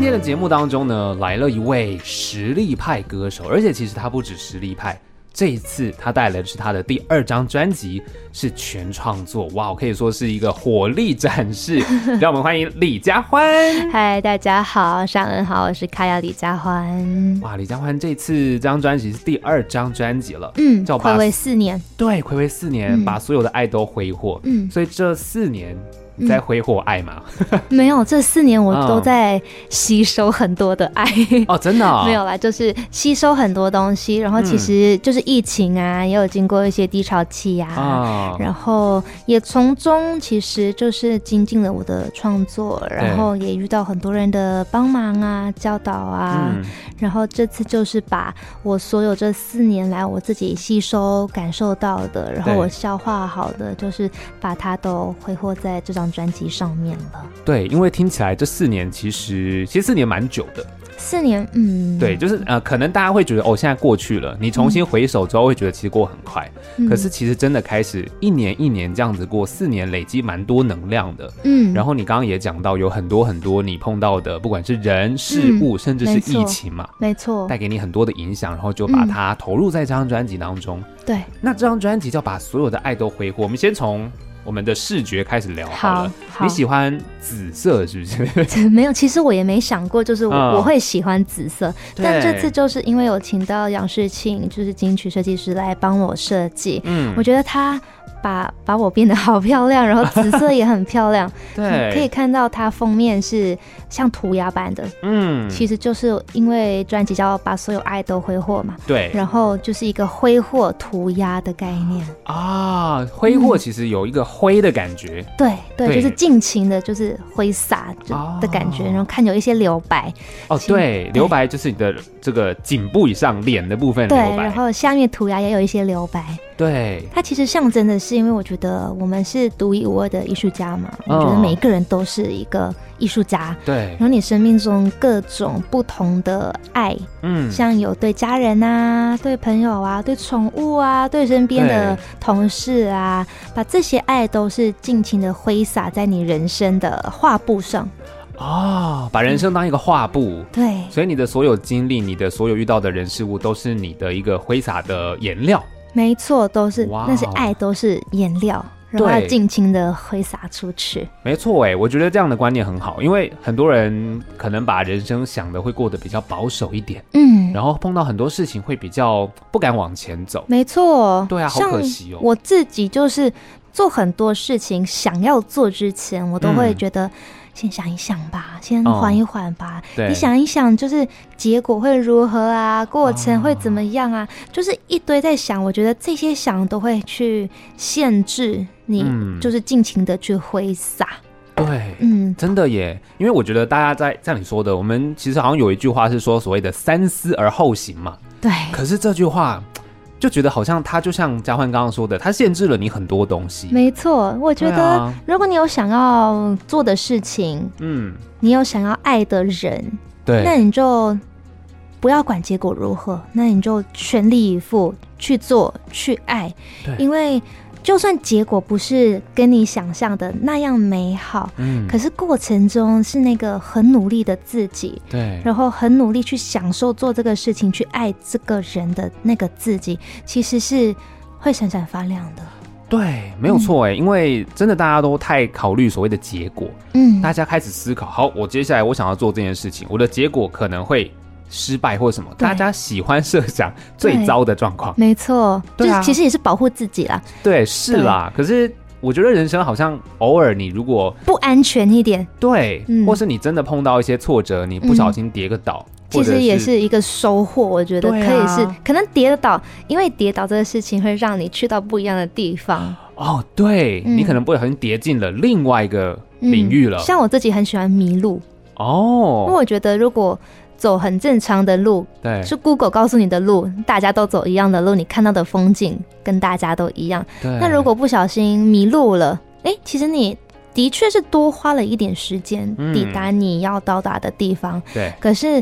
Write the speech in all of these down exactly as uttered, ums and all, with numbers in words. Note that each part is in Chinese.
天的节目当中呢，来了一位实力派歌手，而且其实他不止实力派，这一次他带来的是他的第二张专辑，是全创作，哇，可以说是一个火力展示。让我们欢迎李佳欢。 嗨，大家好，尚恩好，我是卡雅李佳欢。 哇，李佳欢这次这张专辑是第二张专辑了， 嗯，睽违四年， 对，睽违四年、嗯，把所有的爱都挥霍，嗯，所以这四年。你在挥霍爱吗？ 嗯、没有，这四年我都在吸收很多的爱。 哦，真的、哦？ 没有啦，就是吸收很多东西，然后其实就是疫情啊，嗯、也有经过一些低潮期啊，哦、然后也从中其实就是精进了我的创作，然后也遇到很多人的帮忙啊、教导啊，嗯、然后这次就是把我所有这四年来我自己吸收感受到的，然后我消化好的，就是把它都挥霍在这张专辑上面了。 对，因为听起来这四年其实其实四年蛮久的。 四年，嗯， 对，就是呃，可能大家会觉得哦，现在过去了，你重新回首之后会觉得其实过很快，嗯、可是其实真的开始一年一年这样子过，四年累积蛮多能量的，嗯。然后你刚刚也讲到有很多很多你碰到的，不管是人事物，嗯、甚至是疫情嘛， 没错， 带给你很多的影响，然后就把它投入在这张专辑当中。 嗯、对， 那这张专辑叫把所有的爱都挥霍，我们先从我们的视觉开始聊好了。好，你喜欢紫色是不是？ 没有，其实我也没想过，就是我、嗯、我会喜欢紫色。但这次就是因为有请到杨世庆，就是金曲设计师来帮我设计。嗯，我觉得他把把我变得好漂亮，然后紫色也很漂亮。对，可以看到它封面是像涂鸦般的。嗯，其实就是因为专辑叫把所有爱都挥霍嘛。对，然后就是一个挥霍涂鸦的概念啊，挥霍其实有一个挥的感觉。 嗯、对 对, 对，就是尽情的，就是挥洒的感觉，哦、然后看有一些留白。 哦，对，留白就是你的这个颈部以上脸的部分留白， 对，然后下面涂鸦也有一些留白。 对， 它其实象征的是，因为我觉得我们是独一无二的艺术家嘛，哦、我觉得每一个人都是一个艺术家。对，然后你生命中各种不同的爱，嗯，像有对家人啊、对朋友啊、对宠物啊、对身边的同事啊，把这些爱都是尽情的挥洒在你人生的画布上。 哦，把人生当一个画布， 嗯、对， 所以你的所有经历，你的所有遇到的人事物，都是你的一个挥洒的颜料。 没错，都是，那是爱，都是颜料，然后要尽情的挥洒出去。 没错，哎，我觉得这样的观念很好，因为很多人可能把人生想的会过得比较保守一点，嗯，然后碰到很多事情会比较不敢往前走。 没错， 对啊，好可惜哦。 我自己就是做很多事情想要做之前，我都会觉得。嗯，先想一想吧，先缓一缓吧，哦、你想一想就是结果会如何啊，过程会怎么样啊，哦、就是一堆在想，我觉得这些想都会去限制你，就是尽情的去挥洒。 嗯、对，嗯，真的耶，因为我觉得大家在像你说的，我们其实好像有一句话是说所谓的三思而后行嘛， 对， 可是这句话就觉得好像他就像佳欢刚刚说的，他限制了你很多东西。 没错，我觉得如果你有想要做的事情，嗯，你有想要爱的人，对，那你就不要管结果如何，那你就全力以赴去做去爱，对，因为就算结果不是跟你想象的那样美好，嗯，可是过程中是那个很努力的自己，对，然后很努力去享受做这个事情，去爱这个人的那个自己，其实是会闪闪发亮的。 对，没有错哎、嗯，因为真的大家都太考虑所谓的结果，嗯，大家开始思考，好，我接下来我想要做这件事情，我的结果可能会失败或什么，大家喜欢设想最糟的状况。没错，对啊，就是其实也是保护自己啦。 对，是啦。可是我觉得人生好像偶尔你如果不安全一点， 对、嗯，或是你真的碰到一些挫折，你不小心跌个倒、嗯， 其实也是一个收获。我觉得可以是，啊、可能跌得倒，因为跌倒这个事情会让你去到不一样的地方。 哦，对、嗯、你可能不小心跌进了另外一个领域了。 嗯、像我自己很喜欢迷路哦，因为我觉得如果走很正常的路，对，是 Google 告诉你的路，大家都走一样的路，你看到的风景跟大家都一样。那如果不小心迷路了，哎，其实你的确是多花了一点时间抵达你要到达的地方。对、嗯，可是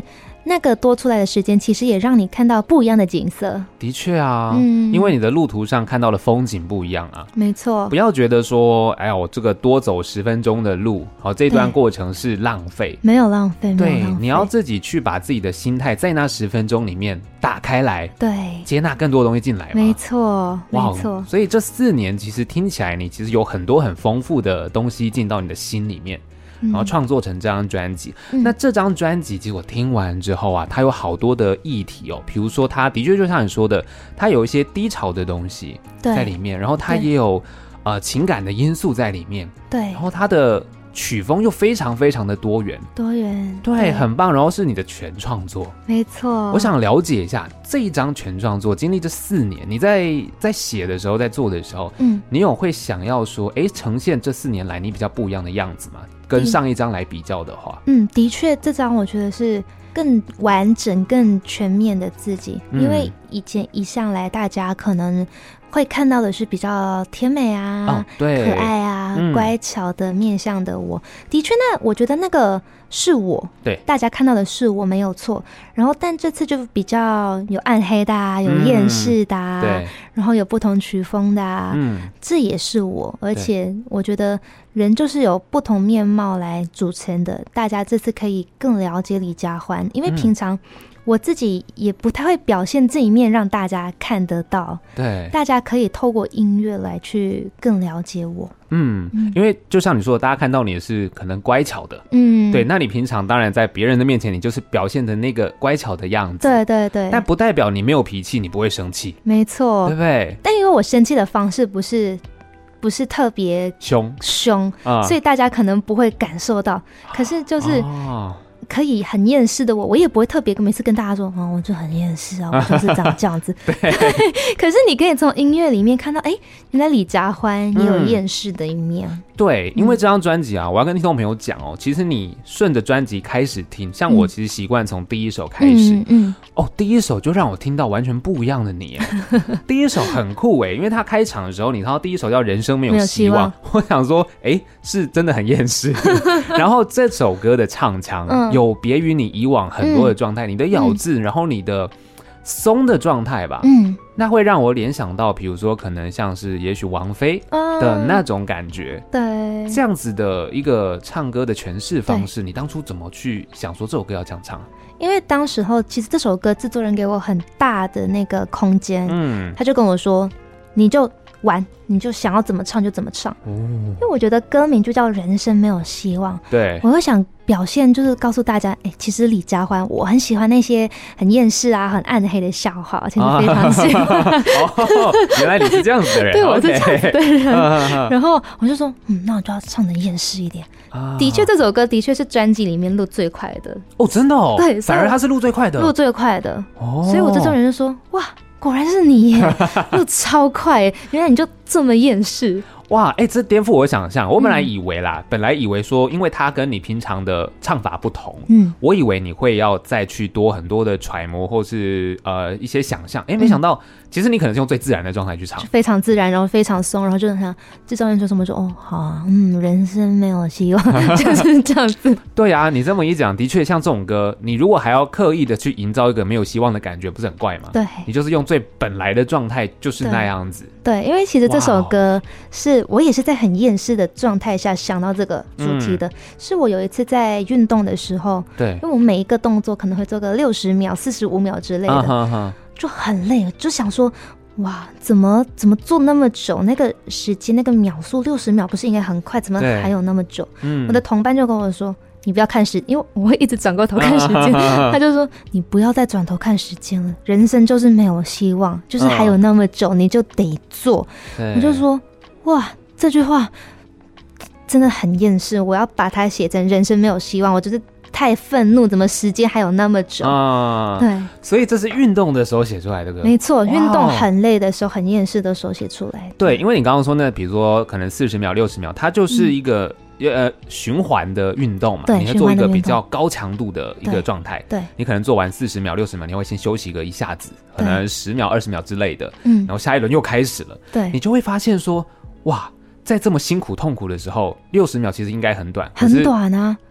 那个多出来的时间其实也让你看到不一样的景色。 的确啊，嗯，因为你的路途上看到的风景不一样啊。 没错， 不要觉得说哎呀我这个多走十分钟的路，好，这段过程是浪费。 没有浪费， 对， 没有浪费， 你要自己去把自己的心态在那十分钟里面打开来， 对， 接纳更多东西进来嘛。 没错，没错。 所以这四年其实听起来你其实有很多很丰富的东西进到你的心里面，然后创作成这张专辑、嗯、那这张专辑其实我听完之后啊，它有好多的议题哦，比如说它的确就像你说的，它有一些低潮的东西在里面，然后它也有呃情感的因素在里面， 对， 然后它的曲风又非常非常的多元， 多元， 对，对，很棒。然后是你的全创作， 没错。 我想了解一下这一张全创作，经历这四年，你在在写的时候，在做的时候，嗯，你有会想要说，哎，呈现这四年来你比较不一样的样子吗？跟上一张来比较的话， 嗯，的确，这张我觉得是更完整、更全面的自己，嗯、因为以前一向来大家可能会看到的是比较甜美啊、哦、对，可爱啊、嗯、乖巧的面向的我。的确，那我觉得那个是我，对，大家看到的是我没有错。然后，但这次就比较有暗黑的啊，有厌世的啊、嗯，对，然后有不同曲风的啊，嗯，这也是我。而且，我觉得人就是有不同面貌来组成的。大家这次可以更了解李佳欢，因为平常、嗯我自己也不太会表现这一面让大家看得到，对，大家可以透过音乐来去更了解我。 嗯，因为就像你说的，大家看到你是可能乖巧的，嗯，对，那你平常当然在别人的面前你就是表现的那个乖巧的样子， 对对对， 但不代表你没有脾气，你不会生气， 没错， 对不对？ 但因为我生气的方式不是不是特别凶凶、啊，所以大家可能不会感受到，可是就是、哦可以很厌世的我，我也不会特别每次跟大家说，哦，我就很厌世啊，我就是这样这样子。对，可是你可以从音乐里面看到，哎，原来李佳欢也有厌世的一面。嗯、 对，因为这张专辑啊，我要跟听众朋友讲哦，其实你顺着专辑开始听，像我其实习惯从第一首开始，嗯嗯，哦，第一首就让我听到完全不一样的你，第一首很酷哎，因为他开场的时候，你看到第一首叫《人生没有希望》，我想说，哎，是真的很厌世。然后这首歌的唱腔。嗯有别于你以往很多的状态、嗯，你的咬字、嗯，然后你的松的状态吧，嗯，那会让我联想到，比如说可能像是也许王菲的那种感觉，对、嗯，这样子的一个唱歌的诠释方式，你当初怎么去想说这首歌要这样唱？ 因为当时候其实这首歌制作人给我很大的那个空间，嗯，他就跟我说，你就玩，你就想要怎么唱就怎么唱，哦，因为我觉得歌名就叫人生没有希望，对，我又想表现就是告诉大家，哎，其实李佳欢我很喜欢那些很厌世啊、很暗黑的笑话，其实非常喜欢。 哦，原来你是这样子的人， 对，我是这样子的人。然后我就说，嗯，那我就要唱得厌世一点。啊、的确，这首歌的确是专辑里面录最快的。 哦，真的哦， 对， 反而它是录最快的， 录最快的。哦，所以我这种人就说，哇，果然是你耶，录超快耶，原来你就这么厌世。 哇，哎、欸，这颠覆我的想象。我本来以为啦、嗯，本来以为说，因为它跟你平常的唱法不同，嗯，我以为你会要再去多很多的揣摩，或是呃一些想象。哎、欸，没想到、嗯，其实你可能是用最自然的状态去唱， 非常自然，然后非常松，然后就是像制作人说什么说，哦，好啊，嗯，人生没有希望，就是这样子。 对啊，你这么一讲，的确像这种歌，你如果还要刻意的去营造一个没有希望的感觉，不是很怪吗？对，你就是用最本来的状态，就是那样子。 对，对，因为其实这首歌是我也是在很厌世的状态下想到这个主题的、嗯、是我有一次在运动的时候，对，因为我每一个动作可能会做个六十秒四十五秒之类的、啊、哈哈就很累，就想说哇怎么怎么做那么久，那个时间那个秒数六十秒不是应该很快，怎么还有那么久、嗯、我的同伴就跟我说你不要看时，因为我会一直转过头看时间他就说你不要再转头看时间了，人生就是没有希望，就是还有那么久、哦、你就得做。我就说哇这句话真的很厌世，我要把它写成人生没有希望，我就是太愤怒，怎么时间还有那么久、嗯、对， 所以这是运动的时候写出来的歌。 没错，运动很累的时候很厌世的时候写出来。 对，因为你刚刚说那比如说可能四十秒六十秒它就是一个、嗯、呃循环的运动嘛，你会做一个比较高强度的一个状态，对，你可能做完四十秒六十秒你会先休息个一下子，可能十秒二十秒之类的，嗯，然后下一轮又开始了，对，你就会发现说哇在这么辛苦痛苦的时候六十秒其实应该很短， 很短啊，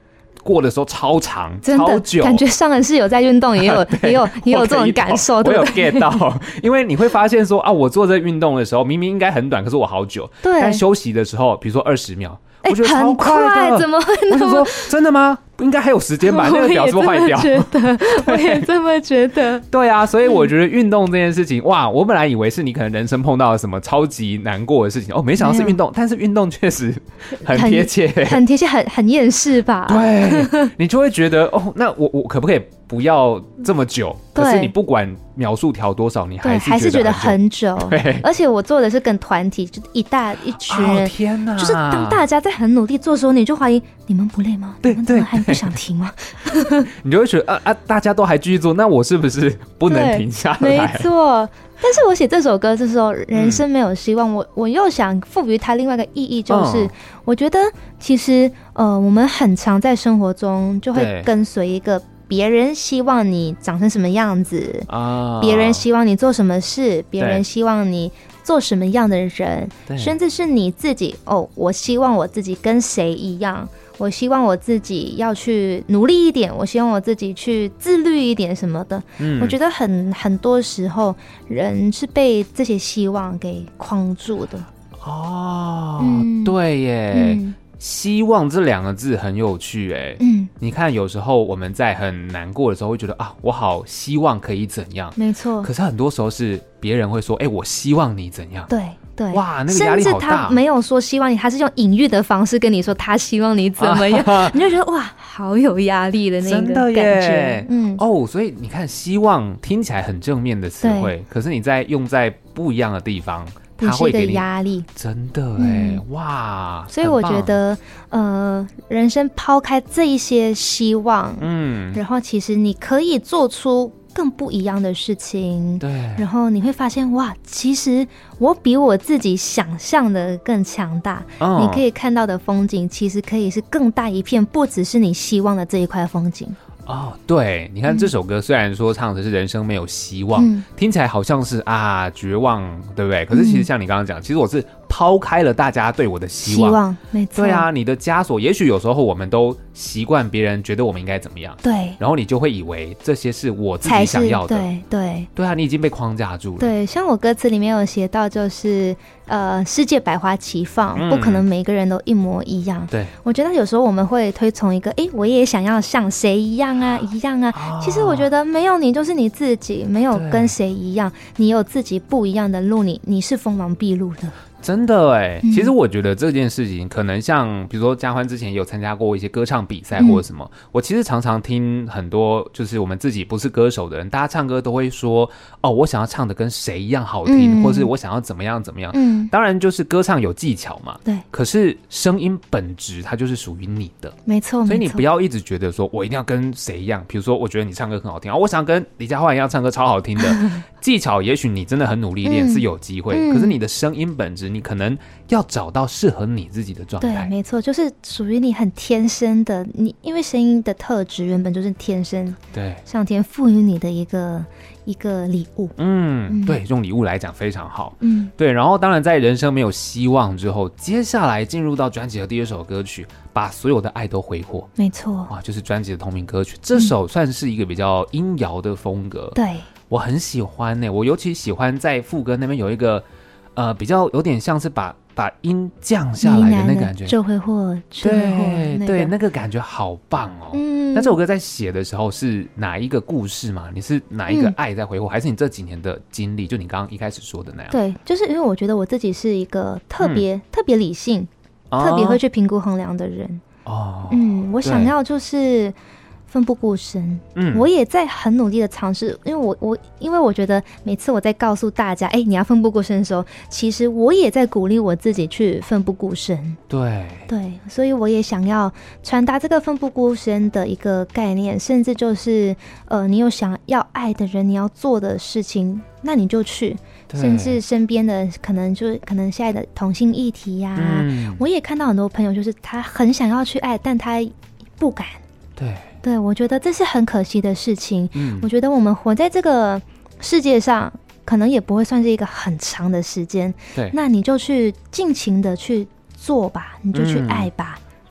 过的时候超长，超久， 感觉上人是有在运动，也有也有也有这种感受， 对不对？我有 get 到，因为你会发现说啊，我做这运动的时候明明应该很短，可是我好久， 对， 但休息的时候，比如说二十秒。 欸、 我觉得超快的， 很快，怎么会那么？ 我想说，真的吗？应该还有时间吧？那个表是不是坏掉？ 我也这么觉得，我也这么觉得。 对啊，所以我觉得运动这件事情，哇，我本来以为是你可能人生碰到了什么超级难过的事情，哦，没想到是运动，但是运动确实很贴切， 很贴切，很很厌世吧？ 对，你就会觉得哦，那我我可不可以不要这么久？可是你不管秒数调多少，你还是还是觉得很久。 对， 而且我做的是跟团体，就一大一群人， 哦、天哪！ 就是当大家在很努力做的时候，你就怀疑你们不累吗？ 对， 你们怎么还不想停吗？ 你就会觉得啊啊，大家都还继续做，那我是不是不能停下来？ 没错。但是我写这首歌的时候，人生没有希望，嗯、我我又想赋予它另外一个意义，就是、嗯、我觉得其实呃，我们很常在生活中就会跟随一个别人希望你长成什么样子啊，别人希望你做什么事，别人希望你做什么样的人，甚至是你自己哦，我希望我自己跟谁一样。我希望我自己要去努力一点，我希望我自己去自律一点什么的。嗯，我觉得很很多时候人是被这些希望给框住的。 哦，嗯、对耶。嗯，希望这两个字很有趣哎，嗯，你看有时候我们在很难过的时候会觉得啊，我好希望可以怎样， 没错。 可是很多时候是别人会说，哎、欸，我希望你怎样， 对对， 哇，那个压力好大。 甚至他没有说希望你，他是用隐喻的方式跟你说他希望你怎么样，啊、你就觉得哇，好有压力的那个感觉。真的耶， 嗯，哦，所以你看，希望听起来很正面的词汇，可是你在用在不一样的地方。 它会给你压力， 真的哎、嗯，哇！ 所以我觉得，呃，人生抛开这一些希望，嗯，然后其实你可以做出更不一样的事情， 对。 然后你会发现，哇，其实我比我自己想象的更强大。哦、你可以看到的风景，其实可以是更大一片，不只是你希望的这一块风景。 哦，对，你看这首歌虽然说唱的是人生没有希望，嗯、听起来好像是啊绝望，对不对？可是其实像你刚刚讲，嗯、其实我是抛开了大家对我的希望， 希望没错。 对啊，你的枷锁，也许有时候我们都习惯别人觉得我们应该怎么样， 对， 然后你就会以为这些是我自己想要的， 对对对啊，你已经被框架住了。 对，像我歌词里面有写到，就是呃，世界百花齐放，嗯、不可能每个人都一模一样。 对， 我觉得有时候我们会推崇一个，哎，我也想要像谁一样啊，一样啊。哦、其实我觉得没有你就是你自己，没有跟谁一样，你有自己不一样的路，你你是锋芒毕露的。 真的哎，其实我觉得这件事情可能像，比如说嘉欢之前也有参加过一些歌唱比赛或者什么，嗯、我其实常常听很多就是我们自己不是歌手的人，大家唱歌都会说，哦，我想要唱的跟谁一样好听，嗯、或是我想要怎么样怎么样。嗯，当然就是歌唱有技巧嘛， 对。 可是声音本质它就是属于你的， 没错。 所以你不要一直觉得说我一定要跟谁一样，比如说我觉得你唱歌很好听啊，我想跟李佳欢一样唱歌超好听的，技巧也许你真的很努力练，嗯、是有机会，嗯、可是你的声音本质，你可能要找到适合你自己的状态。 对，没错，就是属于你很天生的，你因为声音的特质原本就是天生， 对， 上天赋予你的一个一个礼物。 嗯，嗯对，用礼物来讲非常好。嗯，对。然后当然在人生没有希望之后，接下来进入到专辑的第二首歌曲，把所有的爱都挥霍。 没错， 哇，就是专辑的同名歌曲。这首算是一个比较阴摇的风格。 嗯、对， 我很喜欢呢、欸，我尤其喜欢在副歌那边有一个呃比较有点像是把。把音降下来的那个感觉， 这挥霍， 对、那个、对，那个感觉好棒哦。嗯，那这首歌在写的时候是哪一个故事吗？你是哪一个爱在挥霍，嗯、还是你这几年的经历？就你刚刚一开始说的那样。 对，就是因为我觉得我自己是一个特别、嗯、特别理性、哦、特别会去评估衡量的人。哦，嗯，我想要就是奋不顾身，嗯，我也在很努力的尝试，因为我我因为我觉得每次我在告诉大家，哎、欸，你要奋不顾身的时候，其实我也在鼓励我自己去奋不顾身。 对对，所以我也想要传达这个奋不顾身的一个概念，甚至就是呃，你有想要爱的人，你要做的事情，那你就去。甚至身边的可能就是可能现在的同性议题呀、啊嗯，我也看到很多朋友，就是他很想要去爱，但他不敢。 对。 对，我觉得这是很可惜的事情。嗯，我觉得我们活在这个世界上，可能也不会算是一个很长的时间。 对， 那你就去尽情的去做吧，你就去爱吧。 嗯、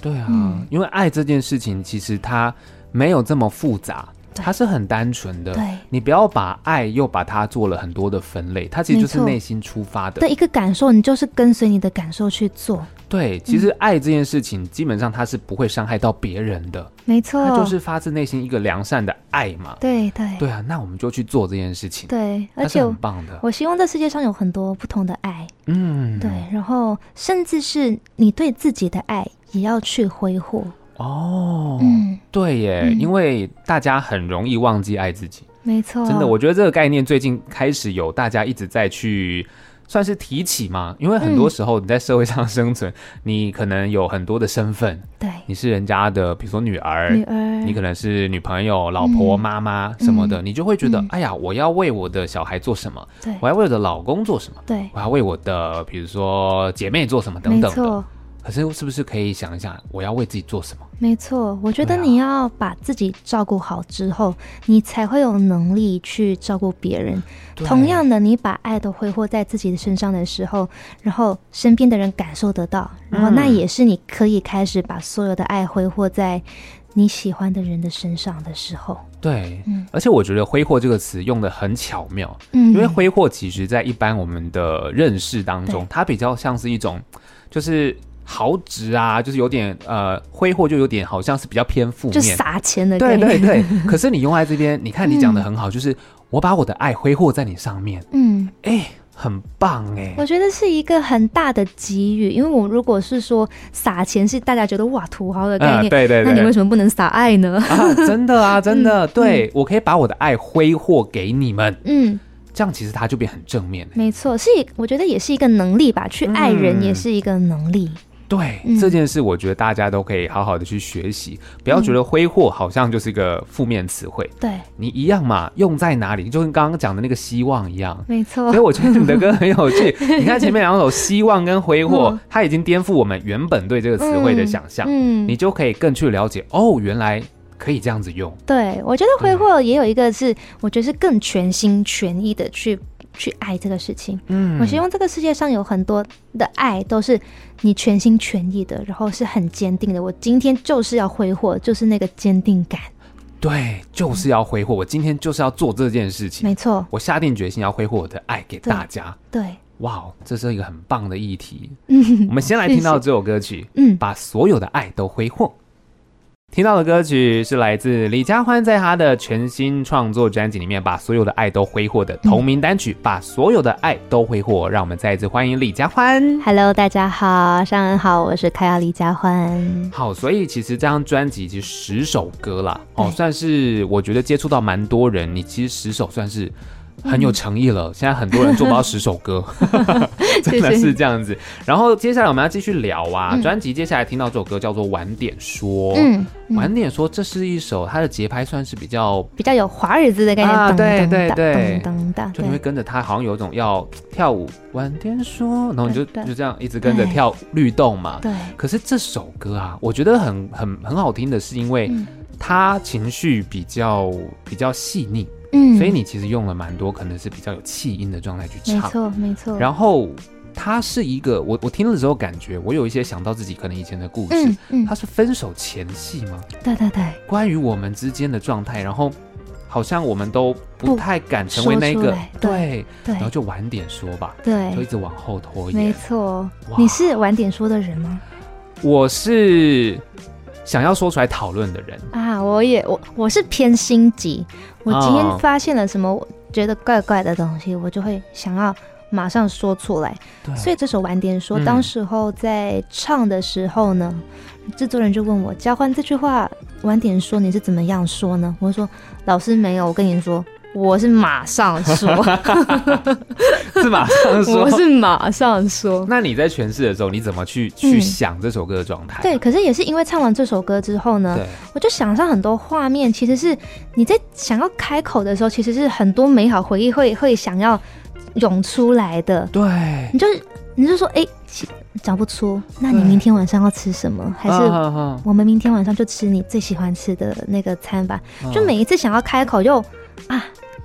对啊、嗯、因为爱这件事情其实它没有这么复杂，它是很单纯的，对，你不要把爱又把它做了很多的分类，它其实就是内心出发的对一个感受，你就是跟随你的感受去做。 对，其实爱这件事情、嗯、基本上它是不会伤害到别人的， 没错， 它就是发自内心一个良善的爱嘛。 对对对啊，那我们就去做这件事情。 对，而且很棒的。 我希望这世界上有很多不同的爱，嗯，对，然后甚至是你对自己的爱也要去挥霍。 哦，嗯，对耶、嗯，因为大家很容易忘记爱自己， 没错， 真的，我觉得这个概念最近开始有大家一直在去算是提起嘛，因为很多时候你在社会上生存、嗯、你可能有很多的身份， 对， 你是人家的比如说女儿女儿， 你可能是女朋友、老婆、妈妈什么的、嗯、你就会觉得、嗯、哎呀，我要为我的小孩做什么，对，我要为我的老公做什么， 对， 我要为我的比如说姐妹做什么等等的，可是是不是可以想一想我要为自己做什么？ 没错，我觉得你要把自己照顾好之后、啊、你才会有能力去照顾别人。同样的，你把爱都挥霍在自己的身上的时候，然后身边的人感受得到，然后那也是你可以开始把所有的爱挥霍在你喜欢的人的身上的时候。 对、嗯、而且我觉得挥霍这个词用得很巧妙、嗯、因为挥霍其实在一般我们的认识当中，它比较像是一种就是豪值啊，就是有点呃挥霍，就有点好像是比较偏负面， 就撒钱的概念。 对对对。可是你用在这边，你看你讲的很好、嗯，就是我把我的爱挥霍在你上面，嗯，哎、欸，很棒哎、欸。 我觉得是一个很大的给予，因为我如果是说撒钱是大家觉得哇土豪的概念、嗯，对对对，那你为什么不能撒爱呢？ 啊，真的啊，真的，嗯、对、嗯、我可以把我的爱挥霍给你们，嗯。这样其实它就变很正面、欸、 没错，是我觉得也是一个能力吧，去爱人也是一个能力、嗯、 对、嗯、这件事我觉得大家都可以好好的去学习，不要觉得挥霍好像就是一个负面词汇、嗯、对，你一样嘛，用在哪里就跟刚刚讲的那个希望一样， 没错， 所以我觉得你的歌很有趣你看前面两首希望跟挥霍、嗯、它已经颠覆我们原本对这个词汇的想象、嗯嗯、你就可以更去了解哦，原来可以这样子用。 对，我觉得挥霍也有一个是我觉得是更全心全意的去去爱这个事情。嗯，我希望这个世界上有很多的爱都是你全心全意的，然后是很坚定的，我今天就是要挥霍，就是那个坚定感。 对，就是要挥霍、嗯、我今天就是要做这件事情， 没错， 我下定决心要挥霍我的爱给大家。 对， 哇、wow, 这是一个很棒的议题。嗯，我们先来听到这首歌曲，嗯，把所有的爱都挥霍。听到的歌曲是来自李佳欢在他的全新创作专辑里面把所有的爱都挥霍的同名单曲、嗯、把所有的爱都挥霍。让我们再一次欢迎李佳欢。 Hello 大家好，上恩好，我是凯亚李佳欢。 好，所以其实这张专辑其实十首歌啦，哦，算是我觉得接触到蛮多人，你其实十首算是很有诚意了、嗯、现在很多人做不到十首歌真的是这样子。然后接下来我们要继续聊啊，专辑、嗯、接下来听到这首歌叫做晚点说。嗯，晚点说这是一首它的节拍算是比较比较有华尔兹的概念、啊、 对对对， 噔噔， 就你会跟着它好像有一种要跳舞晚点说，然后你就就这样一直跟着跳律动嘛。对，可是这首歌啊我觉得很很很好听的是因为它情绪比较比较细腻，嗯，所以你其实用了蛮多可能是比较有气音的状态去唱， 没错没错。 然后它是一个我我听了之后感觉我有一些想到自己可能以前的故事，嗯嗯，它是分手前戏吗？ 对对对， 关于我们之间的状态，然后好像我们都不太敢成为那个，对对，然后就晚点说吧，对，就一直往后拖延。 没错，你是晚点说的人吗？ 我是想要说出来讨论的人啊，我也我我是偏心急，我今天发现了什么我觉得怪怪的东西，我就会想要马上说出来。所以这首晚点说、嗯、当时候在唱的时候呢，制作人就问我，交换这句话晚点说你是怎么样说呢？我说老师没有，我跟你说我是马上说是马上说， 我是马上说。 那你在诠释的时候你怎么去、嗯、去想这首歌的状态、啊？ 对，可是也是因为唱完这首歌之后呢，我就想上很多画面，其实是你在想要开口的时候，其实是很多美好回忆会会想要涌出来的。对，你就你就说哎讲不出，那你明天晚上要吃什么？还是我们明天晚上就吃你最喜欢吃的那个餐吧、嗯、就每一次想要开口就啊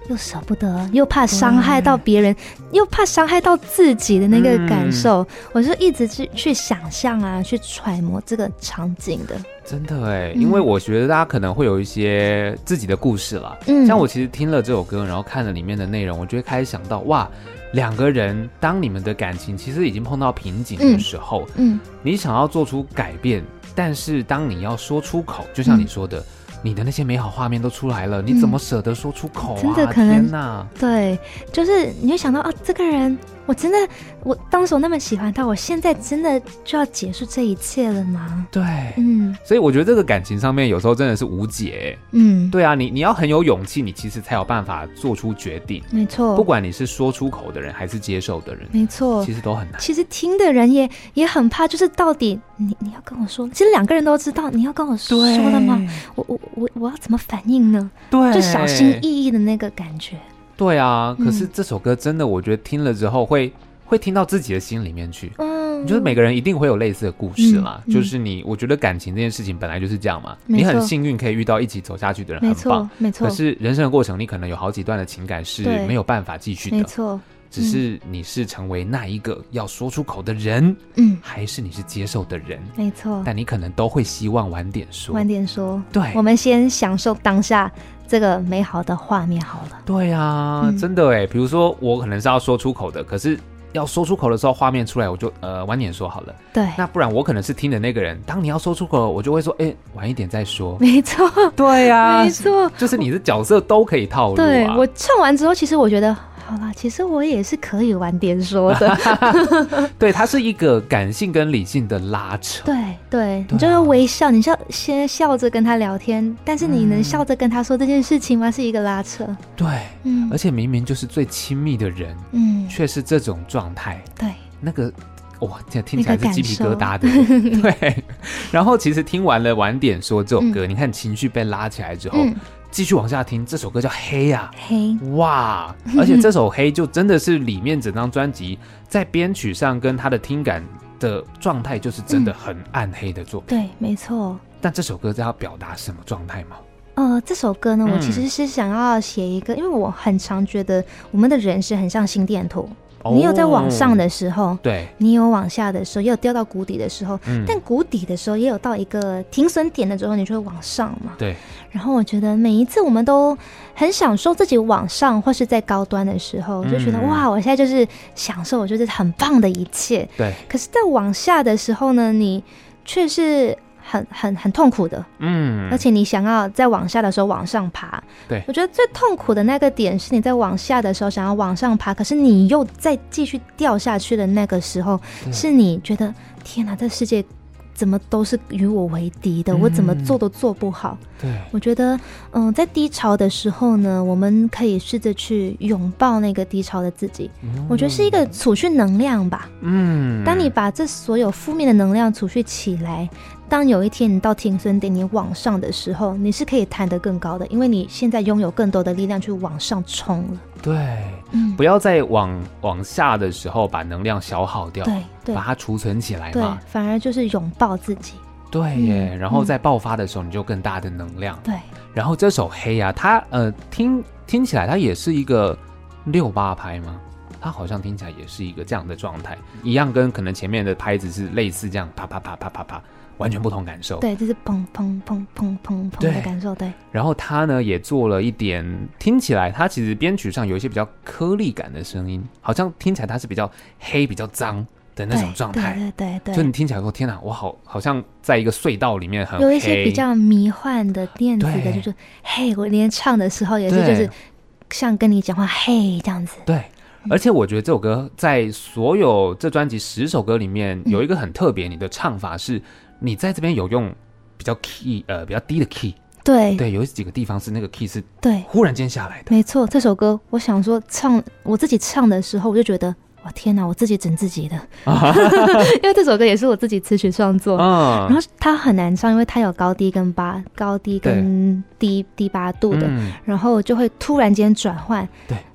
又舍不得，又怕伤害到别人，又怕伤害到自己的那个感受，嗯、我就一直去去想象啊，去揣摩这个场景的。 真的哎，因为我觉得大家可能会有一些自己的故事啦。嗯，像我其实听了这首歌，然后看了里面的内容，我就会开始想到，哇，两个人当你们的感情其实已经碰到瓶颈的时候，嗯，嗯你想要做出改变，但是当你要说出口，就像你说的。嗯你的那些美好画面都出来了，你怎么舍得说出口啊？ 真的可能， 天哪！ 对，就是你会想到啊，这个人，我真的，我当时我那么喜欢他，我现在真的就要结束这一切了吗？ 对，嗯，所以我觉得这个感情上面有时候真的是无解，嗯，对啊，你你要很有勇气，你其实才有办法做出决定， 没错， 不管你是说出口的人还是接受的人， 没错， 其实都很难。 其实听的人也也很怕，就是到底你你要跟我说，其实两个人都知道你要跟我说了吗？我我我我要怎么反应呢？ 对， 就小心翼翼的那个感觉。 对啊，可是这首歌真的，我觉得听了之后会会听到自己的心里面去。嗯，就是每个人一定会有类似的故事啦。嗯、就是你，我觉得感情这件事情本来就是这样嘛。你很幸运可以遇到一起走下去的人，很棒， 没错。 可是人生的过程，你可能有好几段的情感是没有办法继续的， 没错。 只是你是成为那一个要说出口的人，嗯，还是你是接受的人， 没错。 但你可能都会希望晚点说， 晚点说。 对， 我们先享受当下这个美好的画面好了。 对啊，嗯、真的哎，比如说我可能是要说出口的，可是要说出口的时候，画面出来我就呃晚点说好了。 对， 那不然我可能是听的那个人，当你要说出口，我就会说，哎、欸，晚一点再说。 没错， 对啊， 没错， 就是你的角色都可以套路、啊。 对，我唱完之后，其实我觉得。好啦，其实我也是可以晚点说的。 对，它是一个感性跟理性的拉扯。 对 对, 对、啊，你就会微笑，你笑先笑着跟他聊天，但是你能笑着跟他说这件事情吗？是一个拉扯。 对，嗯，而且明明就是最亲密的人，嗯，却是这种状态。 对， 那个。哇，这听起来是鸡皮疙瘩的，对。然后其实听完了晚点说这首歌，嗯、你看情绪被拉起来之后，继、嗯、续往下听，这首歌叫黑啊， 黑哇！而且这首黑就真的是里面整张专辑在编曲上跟它的听感的状态，就是真的很暗黑的作品。 嗯、对，没错。 但这首歌在要表达什么状态吗？ 呃，这首歌呢，我其实是想要写一个，嗯、因为我很常觉得我们的人是很像心电图。你有在往上的时候， 对， 你有往下的时候，也有掉到谷底的时候，嗯、但谷底的时候也有到一个停损点的时候，你就会往上嘛。 对。 然后我觉得每一次我们都很享受自己往上或是在高端的时候，就觉得、嗯、哇，我现在就是享受，我觉得很棒的一切。 对。 可是，在往下的时候呢，你却是。很很很痛苦的，嗯，而且你想要在往下的时候往上爬， 对， 我觉得最痛苦的那个点是你在往下的时候想要往上爬，可是你又再继续掉下去的那个时候，是你觉得天哪，这世界怎么都是与我为敌的，嗯、我怎么做都做不好。 对， 我觉得，嗯，在低潮的时候呢，我们可以试着去拥抱那个低潮的自己。嗯、我觉得是一个储蓄能量吧。嗯，当你把这所有负面的能量储蓄起来，当有一天你到停损点，你往上的时候，你是可以弹得更高的，因为你现在拥有更多的力量去往上冲了。 对，嗯，不要在往往下的时候把能量消耗掉， 对，对， 把它储存起来嘛。 对，反而就是拥抱自己。 对耶，嗯、然后在爆发的时候，你就更大的能量。 对， 然后这首黑啊，它呃听听起来它也是一个六八拍吗？它好像听起来也是一个这样的状态，一样跟可能前面的拍子是类似这样啪啪啪啪啪啪，完全不同感受。 对，就是砰砰砰砰砰砰的感受。对。 然后它呢也做了一点，听起来它其实编曲上有一些比较颗粒感的声音，好像听起来它是比较黑、比较脏的那种状态。 对对 对, 对， 就你听起来说天哪，我好好像在一个隧道里面很黑， 有一些比较迷幻的电子的，就是嘿，我连唱的时候也是就是像跟你讲话嘿这样子。 对。而且我觉得这首歌在所有这专辑十首歌里面有一个很特别，你的唱法是你在这边有用比较 key 呃比较低的 key。 对对，有几个地方是那个 key 是对忽然间下来的。 没错，这首歌我想说唱我自己唱的时候，我就觉得哇天哪，我自己整自己的，因为这首歌也是我自己词曲创作，嗯、然后它很难唱，因为它有高低跟八高低跟低低八度的，嗯、然后就会突然间转换。 对。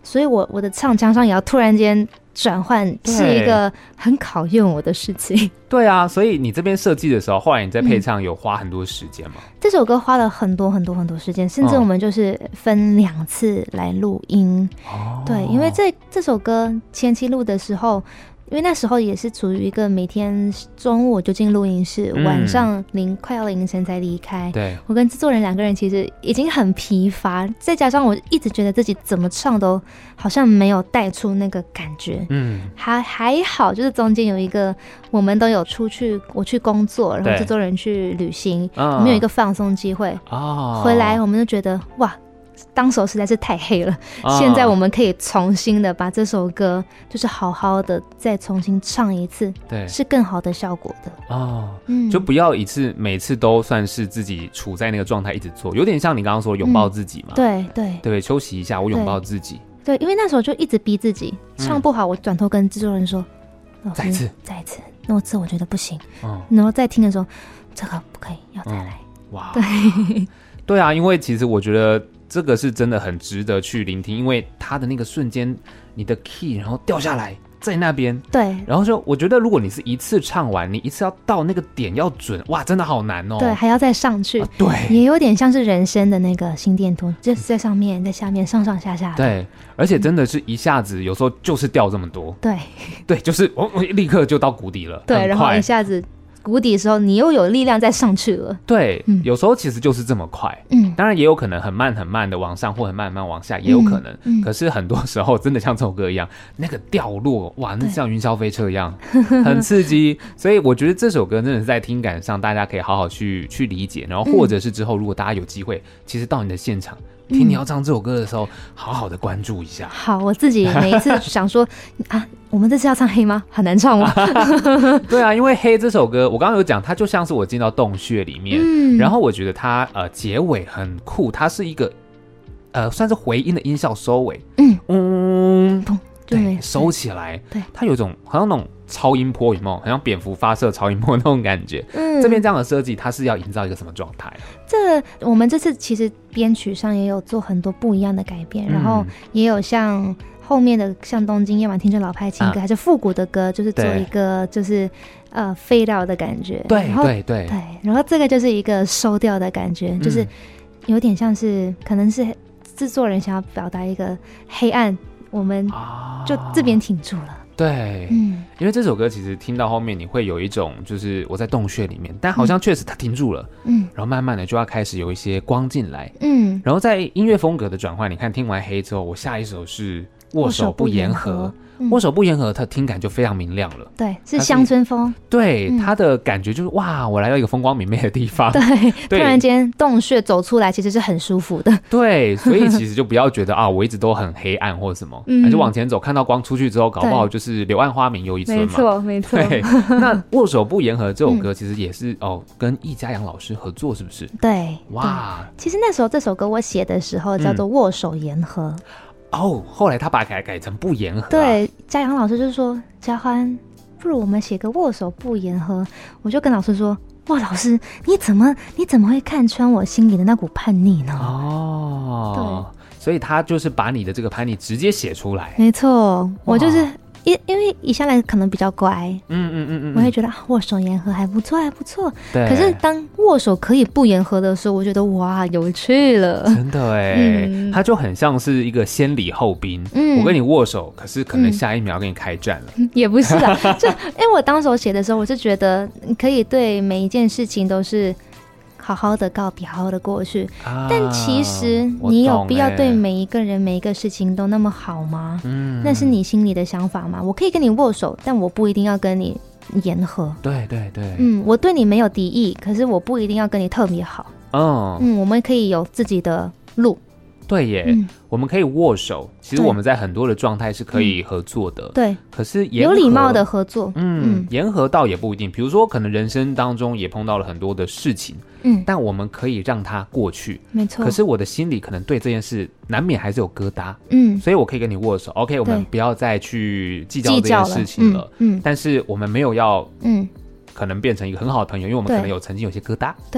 所以我我的唱腔上也要突然间转换，是一个很考验我的事情。 对啊，所以你这边设计的时候，后来你在配唱有花很多时间吗？ 嗯、这首歌花了很多很多很多时间，甚至我们就是分两次来录音。哦，对，因为这这首歌前期录的时候。因为那时候也是处于一个每天中午我就进录音室，嗯、晚上凌快要凌晨才离开。 对， 我跟制作人两个人其实已经很疲乏，再加上我一直觉得自己怎么唱都好像没有带出那个感觉。嗯，还还好，就是中间有一个我们都有出去，我去工作，然后制作人去旅行，我们有一个放松机会。哦，回来我们就觉得哇。当时实在是太黑了、哦、现在我们可以重新的把这首歌就是好好的再重新唱一次，对，是更好的效果的哦、嗯、就不要一次每次都算是自己处在那个状态一直做，有点像你刚刚说拥抱自己嘛、嗯、 对对对，休息一下，我拥抱自己， 对, 对，因为那时候就一直逼自己唱不好、嗯、我转头跟制作人说再一次再一次，那次我觉得不行、哦、然后再听的时候这个不可以，要再来、嗯、哇， 对对啊，因为其实我觉得这个是真的很值得去聆听，因为它的那个瞬间你的 key 然后掉下来在那边， 对， 然后就我觉得如果你是一次唱完，你一次要到那个点要准，哇，真的好难哦， 对，还要再上去、啊、 对， 也有点像是人生的那个心电图，就是在上面在下面上上下下的， 对，而且真的是一下子有时候就是掉这么多， 对对，就是我立刻就到谷底了， 对，然后一下子谷底的时候你又有力量再上去了， 对、嗯、有时候其实就是这么快，嗯，当然也有可能很慢很慢的往上或很慢很慢往下也有可能、嗯嗯、可是很多时候真的像这首歌一样那个掉落，哇，那像云霄飞车一样很刺激所以我觉得这首歌真的是在听感上大家可以好好去去理解，然后或者是之后如果大家有机会其实到你的现场听你要唱这首歌的时候、嗯、好好的关注一下。 好，我自己每一次想说啊，我们这次要唱黑吗？很难唱吗？ 对啊，因为黑这首歌我刚刚有讲它就像是我进到洞穴里面、嗯、然后我觉得它呃结尾很酷，它是一个呃算是回音的音效收尾，嗯嗯，对，收起来，对，它有一种好像那种超音波，有没有？好像蝙蝠发射超音波那种感觉。嗯，这边这样的设计，它是要营造一个什么状态？ 这我们这次其实编曲上也有做很多不一样的改变，嗯、然后也有像后面的像东京夜晚听着老派情歌、啊，还是复古的歌，就是做一个就是呃飞掉的感觉。 对对对对， 然后这个就是一个收掉的感觉，嗯、就是有点像是可能是制作人想要表达一个黑暗，我们就这边挺住了。啊对，嗯，因为这首歌其实听到后面你会有一种就是我在洞穴里面，但好像确实它停住了，嗯，然后慢慢的就要开始有一些光进来，嗯，然后在音乐风格的转换，你看听完黑之后，我下一首是握手不言和，握手不言和，它听感就非常明亮了， 对，是乡村风， 对、嗯，它的感觉就是哇，我来到一个风光明媚的地方， 对，对，突然间洞穴走出来，其实是很舒服的， 对，所以其实就不要觉得啊，我一直都很黑暗或者什么，嗯，就往前走，看到光出去之后，搞不好就是柳暗花明又一村嘛， 没错没错。 对，那握手不言和这首歌其实也是、嗯、哦，跟易家扬老师合作，是不是？ 对，哇，其实那时候这首歌我写的时候叫做握手言和。嗯哦，后来他把它改改成不言和、啊。 对，嘉阳老师就说：“嘉欢，不如我们写个握手不言和。”我就跟老师说：“哇，老师，你怎么你怎么会看穿我心里的那股叛逆呢？” 哦，对，所以他就是把你的这个叛逆直接写出来。 没错，我就是。因因为一下来可能比较乖，嗯嗯嗯嗯，我会觉得、啊、握手言和还不错还不错，对。可是当握手可以不言和的时候，我觉得哇有趣了， 真的哎、嗯，它就很像是一个先礼后兵。嗯，我跟你握手，可是可能下一秒跟你开战了， 嗯、也不是啊。就因为我当时写的时候，我是觉得你可以对每一件事情都是。好好的告别，好好的过去、啊、但其实你有必要对每一个人每一个事情都那么好吗？嗯，那是你心里的想法吗？我可以跟你握手，但我不一定要跟你言和。 对对对， 嗯，我对你没有敌意，可是我不一定要跟你特别好。哦，嗯，我们可以有自己的路。 对耶、嗯，我们可以握手，其实我们在很多的状态是可以合作的。对，可是言和有礼貌的合作， 嗯，言和倒也不一定。比如说，可能人生当中也碰到了很多的事情，嗯，但我们可以让它过去， 没错。 可是我的心里可能对这件事难免还是有疙瘩，嗯，所以我可以跟你握手 ，OK， 我们不要再去计较这件事情了，了嗯, 嗯，但是我们没有要，嗯。可能变成一个很好的朋友，因为我们可能有曾经有些疙瘩， 对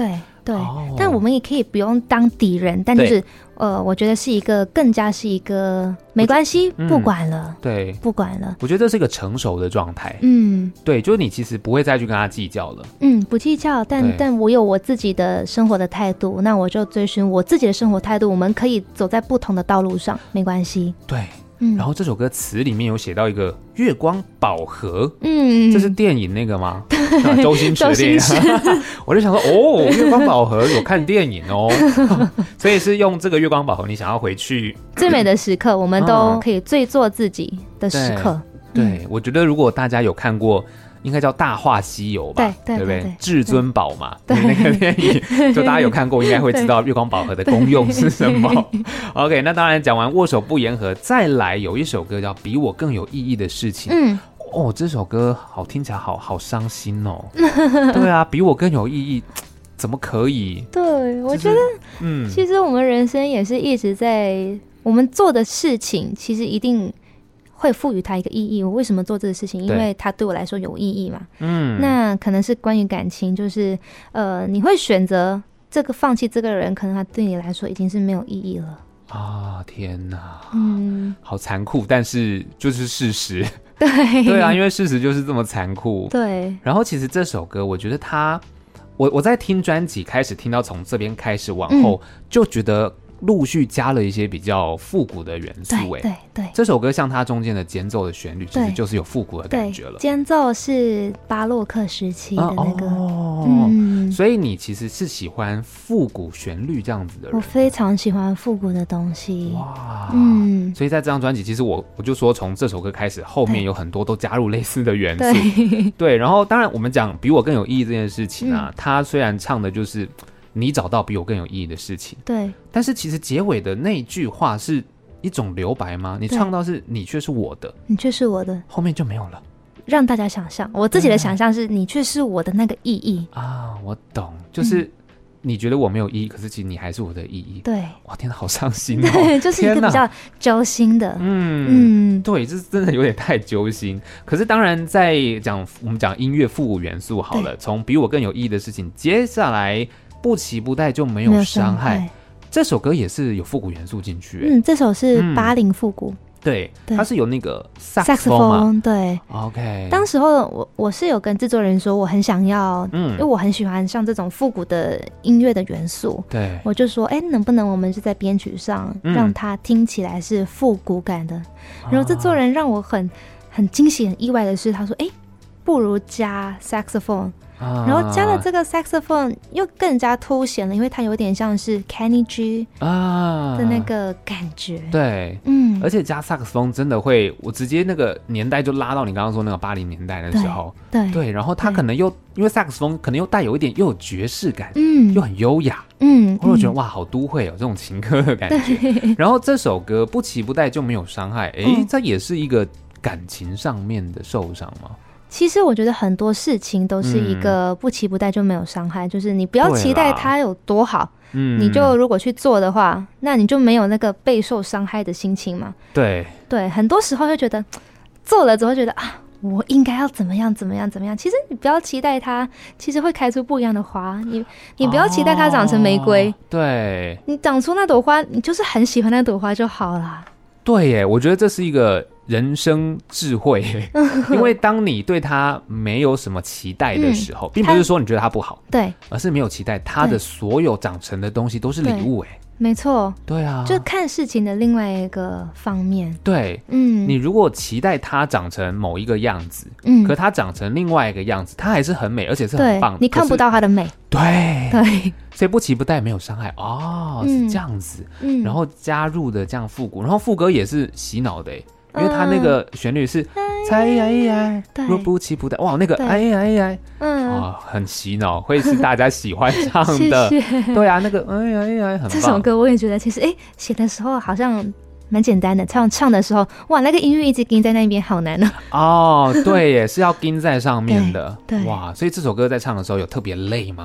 对、哦，但我们也可以不用当敌人，但就是呃，我觉得是一个更加是一个没关系、嗯，不管了， 对， 不管了。 我觉得这是一个成熟的状态， 嗯， 对，就是你其实不会再去跟他计较了， 嗯，不计较，但但我有我自己的生活的态度，那我就追寻我自己的生活态度，我们可以走在不同的道路上，没关系， 对。嗯、然后这首歌词里面有写到一个月光宝盒，嗯，这是电影那个吗？啊、周星驰的电影，我就想说，哦，月光宝盒有看电影哦，所以是用这个月光宝盒，你想要回去最美的时刻，我们都可以最做自己的时刻。 对，对、嗯，我觉得如果大家有看过。应该叫《大话西游》吧， 对对不对？至尊宝嘛，那个电影，就大家有看过，应该会知道月光宝盒的功用是什么。OK， 那当然讲完握手不言和，再来有一首歌叫《比我更有意义的事情》。嗯，哦，这首歌好听起来好好伤心哦。对啊，比我更有意义，怎么可以？ 对，我觉得，嗯，其实我们人生也是一直在我们做的事情，其实一定。会赋予它一个意义，我为什么做这个事情？因为它对我来说有意义嘛。嗯，那可能是关于感情，就是呃，你会选择这个放弃这个人，可能他对你来说已经是没有意义了。 啊，天哪，嗯，好残酷，但是就是事实。 对， 对啊，因为事实就是这么残酷。 对。 然后其实这首歌，我觉得它，我我在听专辑开始听到从这边开始往后，嗯、就觉得。陆续加了一些比较复古的元素， 对对对， 这首歌像它中间的间奏的旋律，其实就是有复古的感觉了。 间奏是巴洛克时期的那个， 哦，嗯，所以你其实是喜欢复古旋律这样子的人。 我非常喜欢复古的东西， 哇，嗯，所以在这张专辑，其实我我就说从这首歌开始，后面有很多都加入类似的元素，对，对，然后当然我们讲比我更有意义这件事情啊，他、嗯、虽然唱的就是。你找到比我更有意义的事情， 对。 但是其实结尾的那句话是一种留白吗？你唱到是你却是我的， 你却是我的， 后面就没有了。 让大家想象，我自己的想象是你却是我的那个意义啊，我懂，就是你觉得我没有意义，可是其实你还是我的意义。 对， 哇，天哪，好伤心哦！ 对，就是一个比较揪心的， 嗯嗯，对，这真的有点太揪心。可是当然，在讲我们讲音乐复古元素好了，从比我更有意义的事情，接下来。不期不待就没有伤害，这首歌也是有复古元素进去。 嗯，这首是八零复古，嗯、 对，它是有那个萨克斯风嘛， 对 ，OK。 当时候我我是有跟制作人说，我很想要，嗯，因为我很喜欢像这种复古的音乐的元素， 对， 我就说，哎、欸，能不能我们就在编曲上、嗯、让它听起来是复古感的？然后制作人让我很很惊喜、很意外的是，他说，哎、欸，不如加萨克斯风。然后加了这个 saxophone 又更加凸显了，因为它有点像是 Kenny G 啊的那个感觉。 对，嗯，而且加萨克斯风真的会，我直接那个年代就拉到你刚刚说那个八零年代的时候， 对对, 对，然后它可能又因为萨克斯风可能又带有一点又有爵士感，嗯，又很优雅，嗯，我就觉得、嗯、哇，好都会哦，这种情歌的感觉。然后这首歌不期不待就没有伤害，哎、嗯，这也是一个感情上面的受伤吗？ 其实我觉得很多事情都是一个不期不待就没有伤害、嗯、就是你不要期待它有多好，嗯，你就如果去做的话，那你就没有那个备受伤害的心情嘛。 对对，很多时候会觉得做了之后觉得啊，我应该要怎么样怎么样怎么样，其实你不要期待它其实会开出不一样的花，你你不要期待它长成玫瑰、哦、 对， 你长出那朵花你就是很喜欢那朵花就好啦。 对耶，我觉得这是一个人生智慧耶因为当你对他没有什么期待的时候、嗯、并不是说你觉得他不好， 对， 而是没有期待他的所有长成的东西都是礼物耶。 没错， 对啊， 就看事情的另外一个方面。 对，嗯，你如果期待它长成某一个样子，嗯，可它长成另外一个样子，它还是很美，而且是很棒的， 你看不到它的美。 对对， 所以不期不待没有伤害哦、嗯，是这样子。嗯，然后加入的这样复古，然后副歌也是洗脑的耶，因为它那个旋律是猜呀呀，若不期不待，哇，那个哎呀哎呀，嗯，哦，很洗脑，会是大家喜欢唱的。谢谢。对啊，那个哎呀哎呀，很棒。 这首歌我也觉得，其实哎，写的时候好像蛮简单的，唱唱的时候，哇，那个音乐一直跟在那边，好难哦。 哦，对耶，是要跟在上面的。 对， 哇，所以这首歌在唱的时候有特别累吗？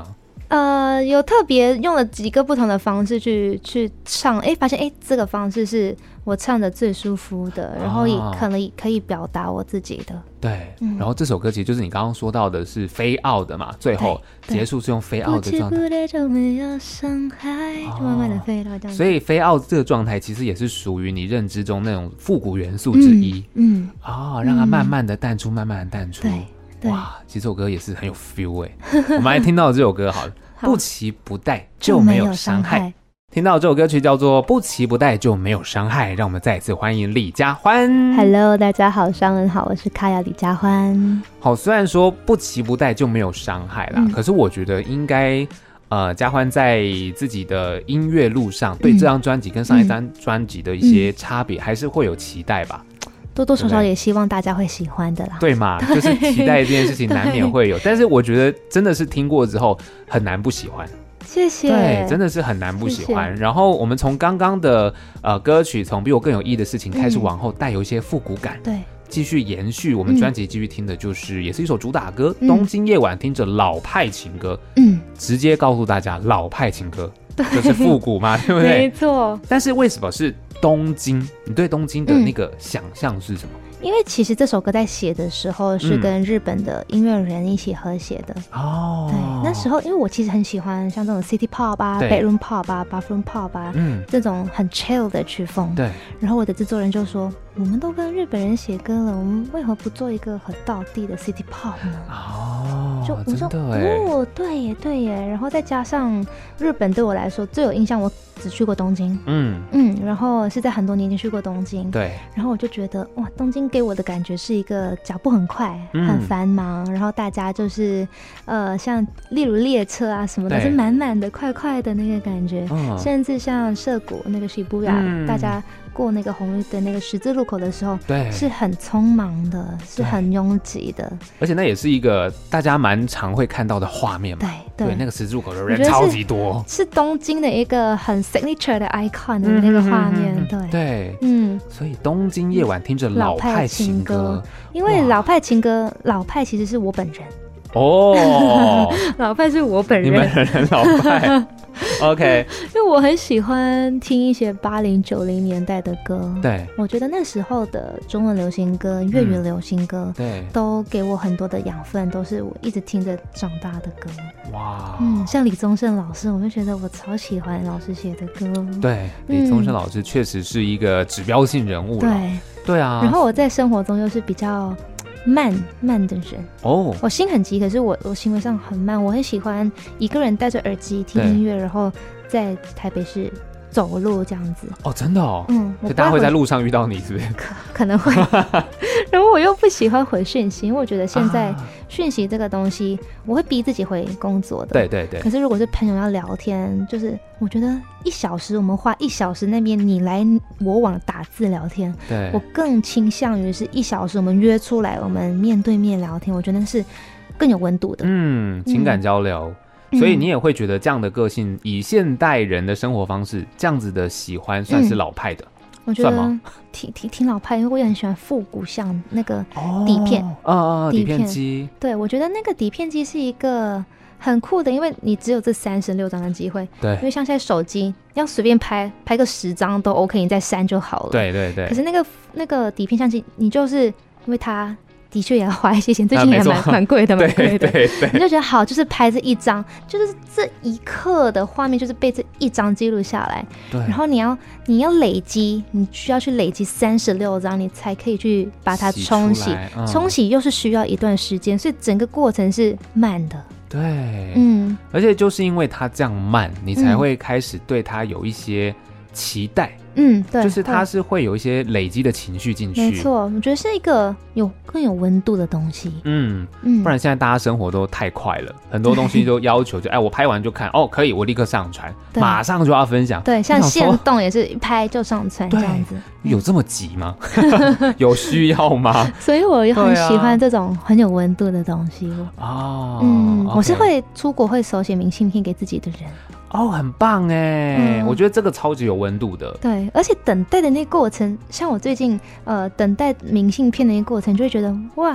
呃，有特别用了几个不同的方式去去唱，哎，发现哎这个方式是我唱的最舒服的，然后也可能可以表达我自己的。 对、嗯，然后这首歌其实就是你刚刚说到的是飞奥的嘛，最后结束是用飞奥的状态，不期不待就没有伤害、哦、就慢慢的飞到这样子。所以飞奥这个状态其实也是属于你认知中那种复古元素之一。嗯，啊、嗯哦，让它慢慢的淡出、嗯，慢慢的淡出。对，哇，其实这首歌也是很有 feel 哎。我们来听到这首歌好了，不期不待就没有伤害。听到这首歌曲叫做《不期不待就没有伤害》，让我们再一次欢迎李佳欢。 Hello， 大家好，商人好，我是卡雅李佳欢。 好，虽然说不期不待就没有伤害啦、嗯，可是我觉得应该，呃，佳欢在自己的音乐路上，对这张专辑跟上一张专辑的一些差别，还是会有期待吧。 多多少少也希望大家会喜欢的啦， 对嘛？就是期待这件事情难免会有，但是我觉得真的是听过之后很难不喜欢。 谢谢。 对，真的是很难不喜欢。谢谢。然后我们从刚刚的呃歌曲，从比我更有意义的事情开始往后，带有一些复古感，对，继续延续我们专辑继续听的就是、嗯、也是一首主打歌、嗯、东京夜晚，听着老派情歌，嗯，直接告诉大家老派情歌就是复古嘛，对不对？ 没错。 但是为什么是东京？你对东京的那个想象是什么？ 嗯，因为其实这首歌在写的时候是跟日本的音乐人一起合写的哦、嗯。对，那时候因为我其实很喜欢像这种 City Pop 啊、Bedroom Pop 啊、Bathroom Pop 啊、嗯，这种很 chill 的曲风。对。然后我的制作人就说：“我们都跟日本人写歌了，我们为何不做一个很道地的 City Pop 呢？”哦，就我说哦，对耶，对耶。然后再加上日本对我来说最有印象，我只去过东京，嗯嗯，然后是在很多年前去过东京，对。然后我就觉得哇，东京给我的感觉是一个脚步很快、嗯、很繁忙，然后大家就是呃，像例如列车啊什么的，是满满的、快快的那个感觉，哦、甚至像涩谷那个Shibuya、嗯，大家过那个红绿灯那个十字路口的时候，对，是很匆忙的，是很拥挤的， 而且那也是一个大家蛮常会看到的画面嘛。对 对, 对，那个十字路口的人超级多， 是东京的一个很 signature 的 icon 的那个画面。嗯、对对，嗯， 所以东京夜晚听着老派情歌， 因为老派情歌，老派其实是我本人哦，老派是我本人， 你们人老派。OK， 因为我很喜欢听一些八零九零年代的歌，对，我觉得那时候的中文流行歌、粤语流行歌，对、嗯，都给我很多的养分，都是我一直听着长大的歌。哇，嗯，像李宗盛老师，我就觉得我超喜欢老师写的歌。对， 李宗盛老师确实是一个指标性人物了。对， 对啊。然后我在生活中又是比较慢慢的人哦，我心很急，可是我我行为上很慢。我很喜欢一个人戴着耳机听音乐，然后在台北市走路这样子。 哦，真的哦，嗯，就大家会在路上遇到你，是不是？ 可可能会。然后我又不喜欢回讯息，因为我觉得现在讯息这个东西，我会逼自己回工作的。对对对。可是如果是朋友要聊天，就是我觉得一小时我们花一小时那边你来我往打字聊天，对，我更倾向于是一小时我们约出来，我们面对面聊天，我觉得是更有温度的。嗯， 情感交流。嗯，所以你也会觉得这样的个性，以现代人的生活方式，这样子的喜欢算是老派的。嗯， 我觉得挺挺挺老派，因为我也很喜欢复古，像那个底片， 哦，底片机。 对，我觉得那个底片机是一个很酷的，因为你只有这三十六张的机会。对，因为像现在手机要随便拍拍个十张都 OK， 你再删就好了。对对对。可是那个那个底片相机，你就是因为它的确也要花一些钱，最近也蛮蛮贵的，蛮贵的。对对，你就觉得好，就是拍这一张，就是这一刻的画面，就是被这一张记录下来。对。然后你要你要累积，你需要去累积三十六张，你才可以去把它冲洗。嗯，冲洗又是需要一段时间，所以整个过程是慢的。 对，嗯，而且就是因为它这样慢，你才会开始对它有一些期待。嗯，对，就是它是会有一些累积的情绪进去。 没错，我觉得是一个有更有温度的东西。 嗯嗯，不然现在大家生活都太快了，很多东西都要求就哎，我拍完就看，哦，可以，我立刻上传，马上就要分享。 对，像限动也是一拍就上传这样子。 有这么急吗？有需要吗？ 所以我也很喜欢这种很有温度的东西。哦，嗯， okay， 我是会出国会手写明信片给自己的人。 哦，很棒哎，嗯！我觉得这个超级有温度的。 对，而且等待的那个过程，像我最近呃等待明信片的那个过程，就会觉得哇，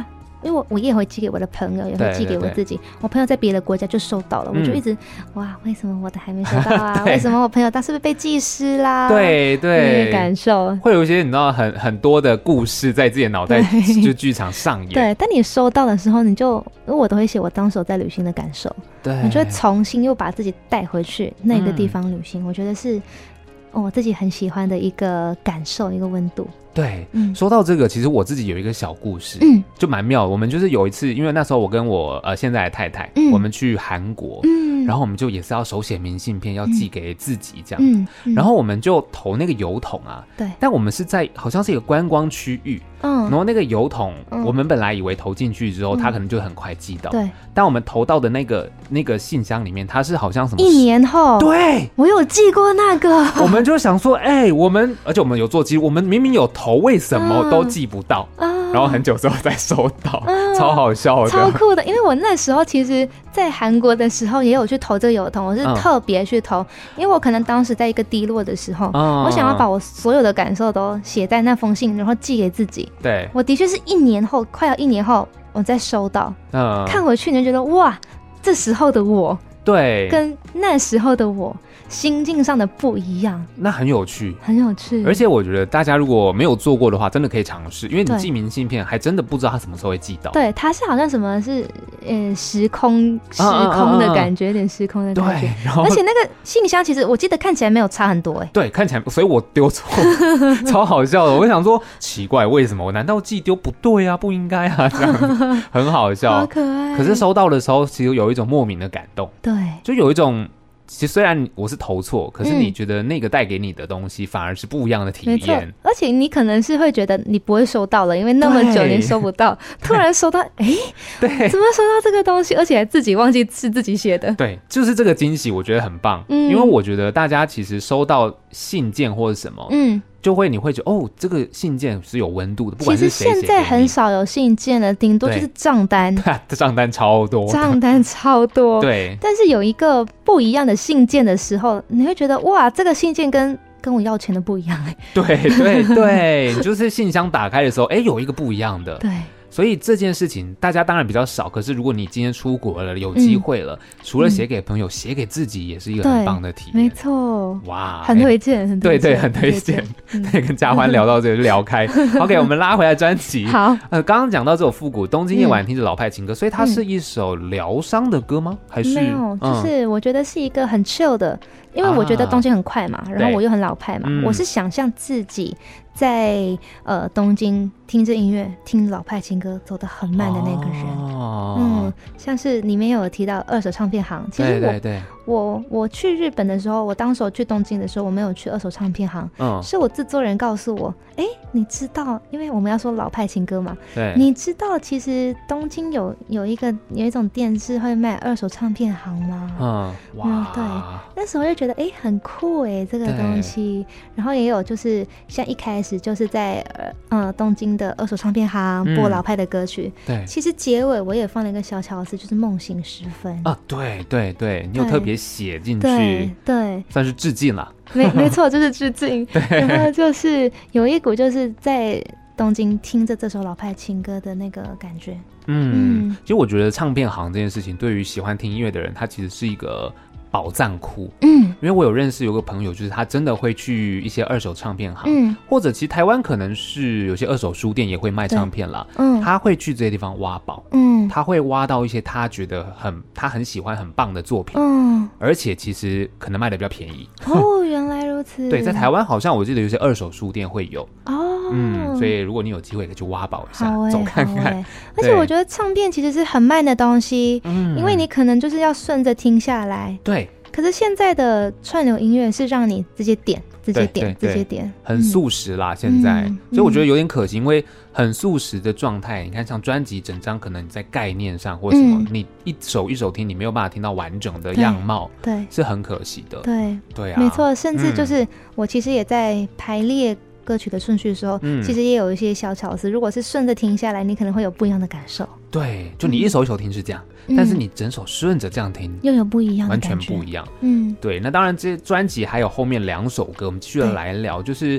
因为我我也会寄给我的朋友，也会寄给我自己。我朋友在别的国家就收到了，嗯、我就一直哇，为什么我的还没收到啊？为什么我朋友他是不是被寄失啦？ 对对， 感受会有一些你知道很很多的故事在自己的脑袋就剧场上演。 对，但你收到的时候，你就因为我都会写我当时在旅行的感受， 对， 你就会重新又把自己带回去那个地方旅行。嗯、我觉得是。哦、我自己很喜欢的一个感受，一个温度。 对、嗯，说到这个，其实我自己有一个小故事，嗯，就蛮妙的。我们就是有一次，因为那时候我跟我呃现在的太太，嗯、我们去韩国，嗯，然后我们就也是要手写明信片，要寄给自己这样，嗯，嗯然后我们就投那个邮筒啊，对，但我们是在好像是一个观光区域，嗯，然后那个邮筒，嗯、我们本来以为投进去之后，它可能就很快寄到，对，但我们投到的那个那个信箱里面，它是好像什么一年后， 对， 我有寄过那个， 我们就想说，哎、欸，我们而且我们有做记录，我们明明有投，为什么都寄不到？嗯、然后很久之后再收到，嗯、超好笑的， 超酷的。因为我那时候其实，在韩国的时候也有去投这个邮筒，我是特别去投，嗯、因为我可能当时在一个低落的时候，嗯、我想要把我所有的感受都写在那封信，然后寄给自己。 对， 我的确是一年后，快要一年后，我再收到，嗯、看回去你就觉得哇，这时候的我。 对， 跟那时候的我心境上的不一样， 那很有趣， 很有趣。 而且我觉得大家如果没有做过的话，真的可以尝试，因为你寄明信片还真的不知道它什么时候会寄到。 对，它是好像什么是呃时空时空的感觉，有、啊啊啊、点时空的感觉。对，而且那个信箱其实我记得看起来没有差很多哎、欸。 对，看起来，所以我丢错，超好笑的。我想说奇怪，为什么我难道寄丢不对啊？不应该啊，这样很好笑， 好可爱。 可是收到的时候，其实有一种莫名的感动。 对， 就有一种，其实虽然我是投错，可是你觉得那个带给你的东西反而是不一样的体验。没错， 而且你可能是会觉得你不会收到了，因为那么久你收不到，突然收到，哎，对，怎么收到这个东西，而且还自己忘记是自己写的。 对，就是这个惊喜，我觉得很棒。嗯，因为我觉得大家其实收到信件或者什么，嗯。就会你会觉得哦，这个信件是有温度的，不管是谁写给你。 其实现在很少有信件了，顶多就是账单。 账单超多， 账单超多。 对， 但是有一个不一样的信件的时候，你会觉得哇，这个信件跟跟我要钱的不一样哎。 对对对，就是信箱打开的时候，哎，有一个不一样的。 对。 所以这件事情大家当然比较少，可是如果你今天出国了，有机会了，嗯、除了写给朋友，写、嗯、给自己也是一个很棒的体验。 没错， 哇， 很推荐，很推荐， 对对，很推荐。对，跟嘉欢聊到这个就聊开。OK， 我们拉回来专辑。 好， 呃，刚刚讲到这首复古《东京夜晚》，听着老派情歌，所以它是一首疗伤的歌吗？还是没有？就是我觉得是一个很 chill 的，因为我觉得东京很快嘛，啊、然后我又很老派嘛，我是想象自己。在呃东京听着音乐，听老派情歌，走得很慢的那个人，哦、嗯，像是里面有提到二手唱片行，其实我对对对我我去日本的时候，我当时我去东京的时候，我没有去二手唱片行，嗯，是我制作人告诉我，哎，你知道，因为我们要说老派情歌嘛，对，你知道其实东京有有一个有一种店是会卖二手唱片行吗？嗯，哇，嗯、对，那时候就觉得哎很酷哎这个东西，然后也有就是像一开始。就是在呃东京的二手唱片行播老派的歌曲，嗯、对，其实结尾我也放了一个小巧思，就是梦醒时分啊，对对对，你有特别写进去， 对，对算是致敬了， 没没错，就是致敬。然后就是有一股就是在东京听着这首老派情歌的那个感觉。 嗯，嗯其实我觉得唱片行这件事情，对于喜欢听音乐的人，它其实是一个宝藏库，嗯，因为我有认识有个朋友，就是他真的会去一些二手唱片行，嗯，或者其实台湾可能是有些二手书店也会卖唱片啦，嗯，他会去这些地方挖宝，嗯，他会挖到一些他觉得很他很喜欢很棒的作品，嗯，而且其实可能卖的比较便宜。 哦，原来如此。 对，在台湾好像我记得有些二手书店会有哦，嗯，所以如果你有机会可以去挖宝一下，欸、走看看。欸、 而且我觉得唱片其实是很慢的东西，嗯，因为你可能就是要顺着听下来， 对。 可是现在的串流音乐是让你直接点直接点直接点， 很速食啦、嗯、现在、嗯、所以我觉得有点可惜，因为很速食的状态，你看像专辑整张可能你在概念上或什么、嗯、你一首一首听你没有办法听到完整的样貌， 对, 对是很可惜的。 对对啊， 没错，甚至就是、嗯、我其实也在排列歌曲的顺序的时候、嗯、其实也有一些小巧思，如果是顺着听下来，你可能会有不一样的感受。 对，就你一首一首听是这样、嗯、但是你整首顺着这样听又有不一样的感觉， 完全不一样。嗯，对，那当然这专辑还有后面两首歌我们继续来聊，就是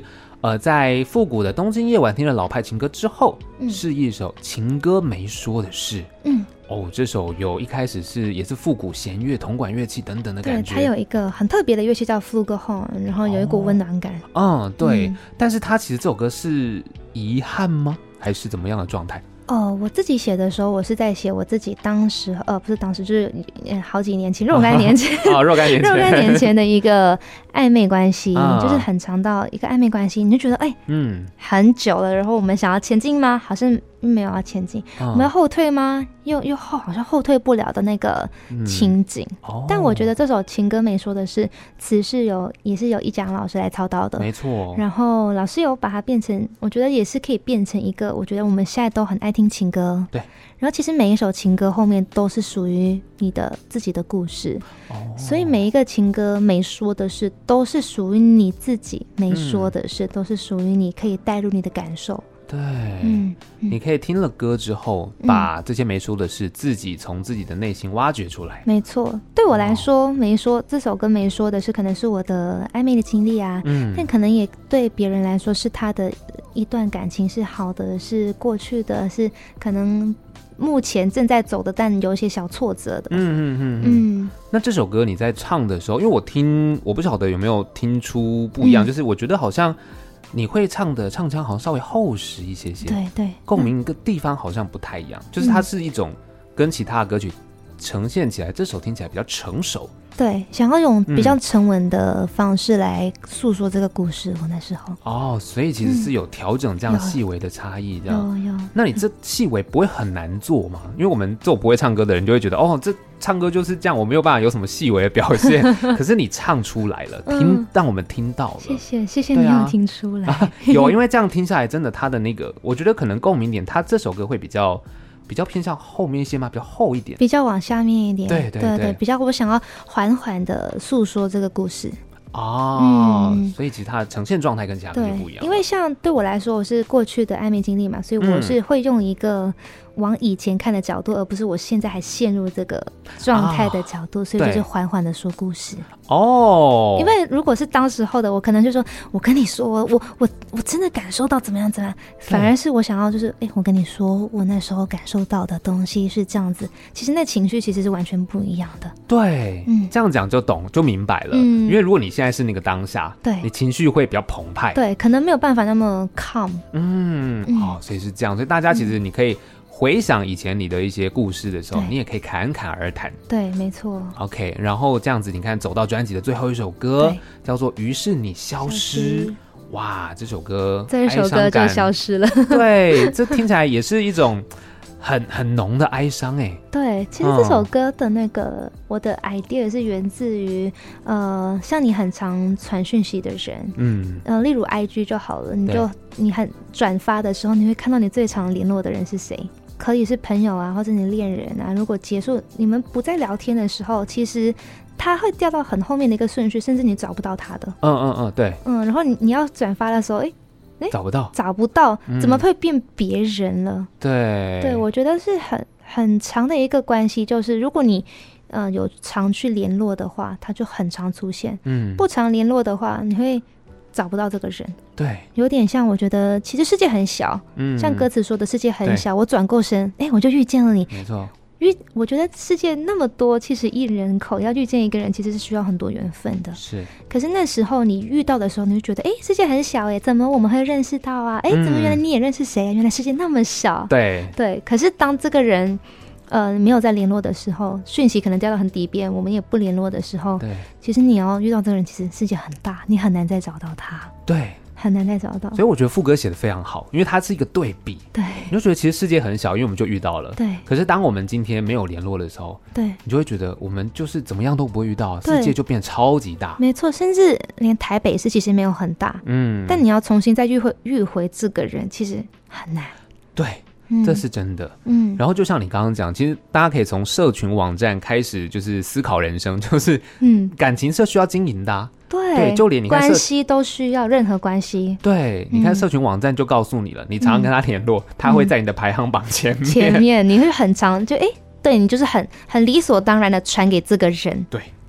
呃，在复古的东京夜晚听了老派情歌之后，嗯、是一首情歌没说的事。嗯，哦，这首有一开始是也是复古弦乐、铜管乐器等等的感觉。 对，它有一个很特别的乐器叫 flugelhorn， 然后有一股温暖感。 哦、嗯，对、嗯。但是它其实这首歌是遗憾吗？还是怎么样的状态？ 哦，我自己写的时候，我是在写我自己当时，呃，不是当时，就是好几年前，若干年前， 哦，若干年前， 若干年前的一个暧昧关系，嗯、就是很长到一个暧昧关系，你就觉得，哎、欸，嗯，很久了，然后我们想要前进吗？好像没有要前进，嗯、我们要后退吗？又又后好像后退不了的那个情景。嗯哦、但我觉得这首情歌没说的是，词是由也是由一讲老师来操刀的， 没错。 然后老师有把它变成，我觉得也是可以变成一个，我觉得我们现在都很爱听情歌， 对。 然后其实每一首情歌后面都是属于你的自己的故事，哦、所以每一个情歌没说的事都是属于你自己没说的事，嗯、都是属于你可以带入你的感受。 对，嗯，嗯你可以听了歌之后，把这些没说的事自己从自己的内心挖掘出来。 没错，对我来说，哦、没说这首歌没说的是，可能是我的暧昧的经历啊，嗯，但可能也对别人来说是他的一段感情是好的，是过去的，是可能目前正在走的，但有一些小挫折的。嗯嗯嗯嗯。那这首歌你在唱的时候，因为我听，我不晓得有没有听出不一样，嗯、就是我觉得好像。你会唱的唱腔好像稍微厚实一些些， 对对， 共鸣的地方好像不太一样，嗯、就是它是一种跟其他的歌曲呈现起来，这首听起来比较成熟。 对，想要用比较沉稳的方式来诉说这个故事。嗯、我那时候哦，所以其实是有调整这样细微的差异，这样有有。 那你这细微不会很难做吗？因为我们这种不会唱歌的人就会觉得，哦，这唱歌就是这样，我没有办法有什么细微的表现。可是你唱出来了，听、嗯、让我们听到了。 谢谢谢谢你有听出来。 啊、有，因为这样听下来，真的他的那个，我觉得可能共鸣点，他这首歌会比较。比较偏向后面一些嘛，比较厚一点， 比较往下面一点， 对对 对, 对, 对，比较我想要缓缓的诉说这个故事哦、嗯，所以其实它的呈现状态跟其他歌就不一样。 因为像对我来说，我是过去的暧昧经历嘛，所以我是会用一个往以前看的角度，而不是我现在还陷入这个状态的角度，啊、所以就是缓缓的说故事。哦，因为如果是当时候的我，可能就说，我跟你说，我我我真的感受到怎么样怎么样，反而是我想要就是，哎、欸，我跟你说，我那时候感受到的东西是这样子，其实那情绪其实是完全不一样的。对，嗯，这样讲就懂就明白了。嗯，因为如果你现在是那个当下，对，你情绪会比较澎湃，对，可能没有办法那么 calm。嗯，嗯哦，所以是这样，所以大家其实你可以。回想以前你的一些故事的时候，你也可以侃侃而谈。对，没错。OK， 然后这样子，你看走到专辑的最后一首歌，叫做《于是你消失》。哇，这首歌，这一首歌就消失了。对，这听起来也是一种很很浓的哀伤哎。对，其实这首歌的那个、嗯、我的 idea 是源自于呃，像你很常传讯息的人，嗯，呃，例如 I G 就好了，你就你很转发的时候，你会看到你最常联络的人是谁。可以是朋友啊，或者你恋人啊。如果结束你们不再聊天的时候，其实他会掉到很后面的一个顺序，甚至你找不到他的。嗯嗯嗯，对。嗯，然后你你要转发的时候，哎、欸、哎，找不到，找不到，怎么会变别人了？嗯、对对，我觉得是很很长的一个关系，就是如果你呃有常去联络的话，他就很常出现。嗯，不常联络的话，你会。找不到这个人，对，有点像我觉得其实世界很小，嗯，像歌词说的世界很小，我转过身，哎、欸，我就遇见了你，没错。因为我觉得世界那么多七十亿人口，要遇见一个人其实是需要很多缘分的，是。可是那时候你遇到的时候，你就觉得，哎、欸，世界很小，哎，怎么我们会认识到啊？哎、欸，怎么原来你也认识谁啊？原来世界那么小，对对。可是当这个人。呃，没有在联络的时候，讯息可能掉到很底边，我们也不联络的时候，对，其实你要遇到这个人，其实世界很大，你很难再找到他，对，很难再找到。所以我觉得副歌写得非常好，因为它是一个对比，对，你就觉得其实世界很小，因为我们就遇到了，对。可是当我们今天没有联络的时候，对，你就会觉得我们就是怎么样都不会遇到，世界就变得超级大，没错，甚至连台北市其实没有很大，嗯，但你要重新再遇回遇回这个人，其实很难，对。这是真的，嗯，然后就像你刚刚讲，其实大家可以从社群网站开始，就是思考人生，就是嗯，感情是需要经营的、啊，对，对，就连你看关系都需要任何关系，对，你看社群网站就告诉你了，嗯、你常常跟他联络，他会在你的排行榜前面，前面你会很常就哎，对你就是很很理所当然的传给这个人，对。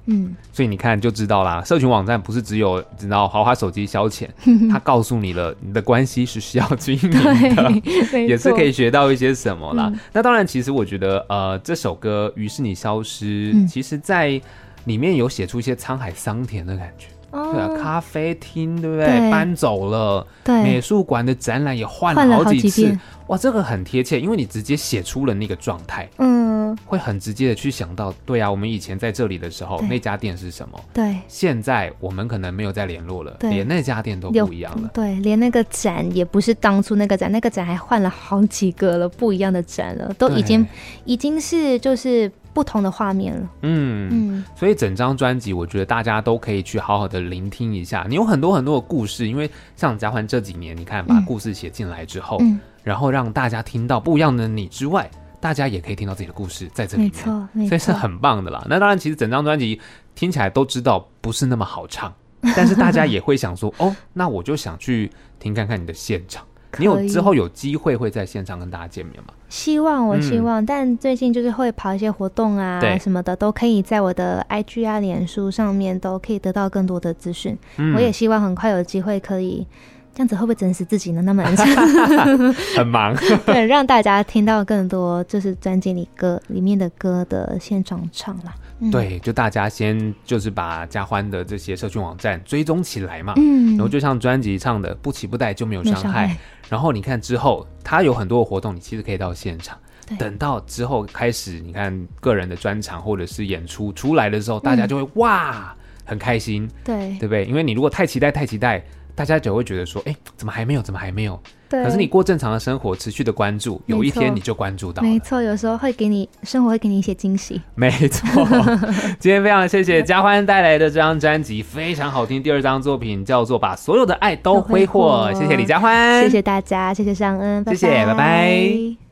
嗯，所以你看就知道啦，社群网站不是只有知道滑滑手机消遣，它告诉你了你的关系是需要经营的，也是可以学到一些什么啦。嗯、那当然，其实我觉得呃这首歌《于是你消失》嗯，其实在里面有写出一些沧海桑田的感觉。对啊，咖啡厅对不对？对，搬走了，对，美术馆的展览也换了好几次，几哇，这个很贴切，因为你直接写出了那个状态，嗯，会很直接的去想到，对啊，我们以前在这里的时候，那家店是什么？对，现在我们可能没有再联络了，连那家店都不一样了， 对，连那个展也不是当初那个展，那个展还换了好几个了，不一样的展了，都已经已经是就是不同的画面了。嗯嗯，所以整张专辑我觉得大家都可以去好好的聆听一下，你有很多很多的故事，因为像嘉欢这几年你看把故事写进来之后、嗯、然后让大家听到不一样的你之外，大家也可以听到自己的故事在这里面，没错没错，所以是很棒的啦。那当然其实整张专辑听起来都知道不是那么好唱，但是大家也会想说哦，那我就想去听看看你的现场，你有之后有机会会在现场跟大家见面吗？ 希望我希望、嗯、但最近就是会跑一些活动啊什么的，都可以在我的 I G 啊脸书上面都可以得到更多的资讯、嗯、我也希望很快有机会可以这样子，会不会整死自己呢？那么很忙对，让大家听到更多就是专辑里歌里面的歌的现场唱啦。 嗯、对，就大家先就是把嘉欢的这些社群网站追踪起来嘛，嗯，然后就像专辑唱的不期不待就没有伤害，然后你看之后他有很多的活动，你其实可以到现场，等到之后开始你看个人的专场或者是演出出来的时候，大家就会、嗯、哇很开心，对对不对？因为你如果太期待太期待，大家就会觉得说哎，怎么还没有怎么还没有，可是你过正常的生活持续的关注，有一天你就关注到了， 没错，有时候会给你生活会给你一些惊喜， 没错今天非常谢谢嘉欢带来的这张专辑非常好听，第二张作品叫做把所有的爱都挥霍，谢谢李嘉欢， 谢谢大家，谢谢尚恩， 谢谢，拜拜。